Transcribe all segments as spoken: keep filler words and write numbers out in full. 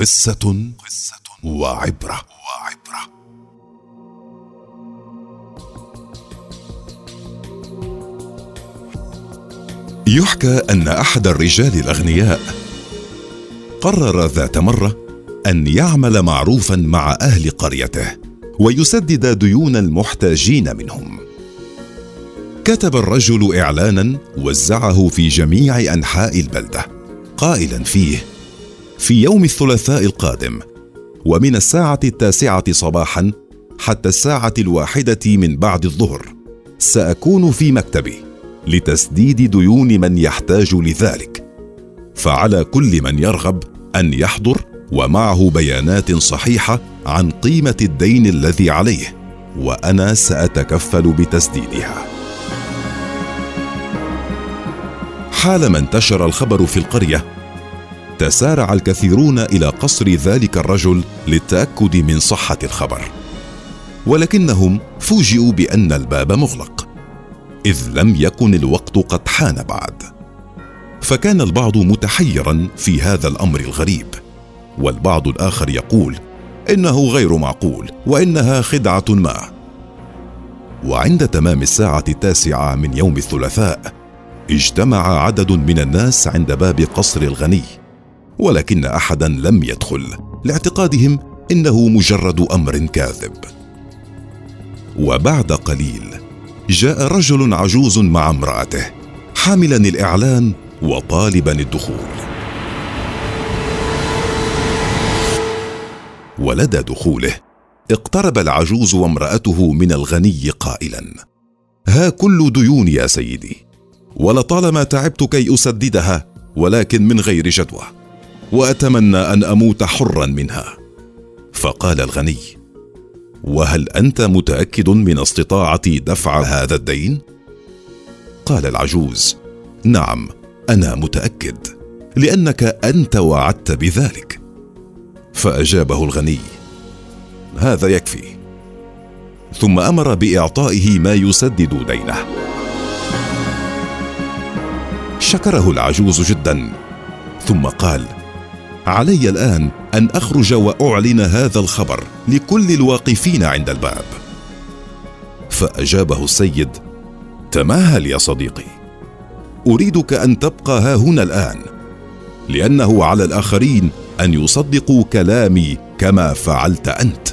قصة وعبرة. يحكى أن أحد الرجال الأغنياء قرر ذات مرة أن يعمل معروفا مع أهل قريته ويسدد ديون المحتاجين منهم. كتب الرجل إعلانا وزعه في جميع أنحاء البلدة قائلا فيه: في يوم الثلاثاء القادم ومن الساعة التاسعة صباحا حتى الساعة الواحدة من بعد الظهر سأكون في مكتبي لتسديد ديون من يحتاج لذلك، فعلى كل من يرغب أن يحضر ومعه بيانات صحيحة عن قيمة الدين الذي عليه، وأنا سأتكفل بتسديدها. حالما انتشر الخبر في القرية تسارع الكثيرون إلى قصر ذلك الرجل للتأكد من صحة الخبر، ولكنهم فوجئوا بأن الباب مغلق، إذ لم يكن الوقت قد حان بعد. فكان البعض متحيرا في هذا الأمر الغريب، والبعض الآخر يقول إنه غير معقول وإنها خدعة ما. وعند تمام الساعة التاسعة من يوم الثلاثاء اجتمع عدد من الناس عند باب قصر الغني، ولكن أحدا لم يدخل لاعتقادهم إنه مجرد أمر كاذب. وبعد قليل جاء رجل عجوز مع امرأته حاملا الإعلان وطالبا الدخول. ولدى دخوله اقترب العجوز وامرأته من الغني قائلا: ها كل ديون يا سيدي، ولطالما تعبت كي أسددها، ولكن من غير جدوى، وأتمنى أن أموت حرا منها. فقال الغني: وهل أنت متأكد من استطاعة دفع هذا الدين؟ قال العجوز: نعم، أنا متأكد، لأنك أنت وعدت بذلك. فأجابه الغني: هذا يكفي. ثم أمر بإعطائه ما يسدد دينه. شكره العجوز جدا، ثم قال: علي الآن أن أخرج وأعلن هذا الخبر لكل الواقفين عند الباب. فأجابه السيد: تماهل يا صديقي، أريدك أن تبقى ها هنا الآن، لأنه على الآخرين أن يصدقوا كلامي كما فعلت أنت.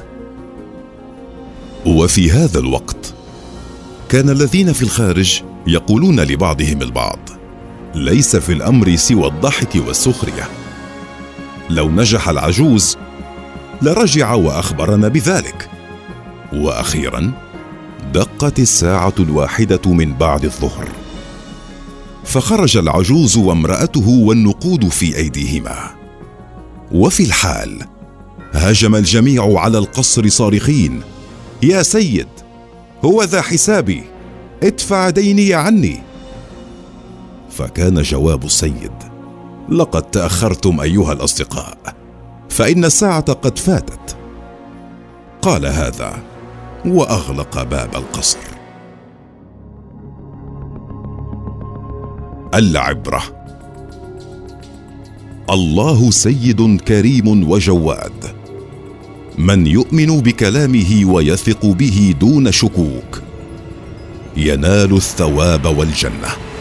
وفي هذا الوقت كان الذين في الخارج يقولون لبعضهم البعض: ليس في الأمر سوى الضحك والسخرية، لو نجح العجوز لرجع وأخبرنا بذلك. وأخيرا دقت الساعة الواحدة من بعد الظهر، فخرج العجوز وامرأته والنقود في أيديهما، وفي الحال هاجم الجميع على القصر صارخين: يا سيد، هو ذا حسابي، ادفع ديني عني. فكان جواب السيد: لقد تأخرتم أيها الأصدقاء، فإن الساعة قد فاتت. قال هذا وأغلق باب القصر. العبرة: الله سيد كريم وجواد، من يؤمن بكلامه ويثق به دون شكوك ينال الثواب والجنة.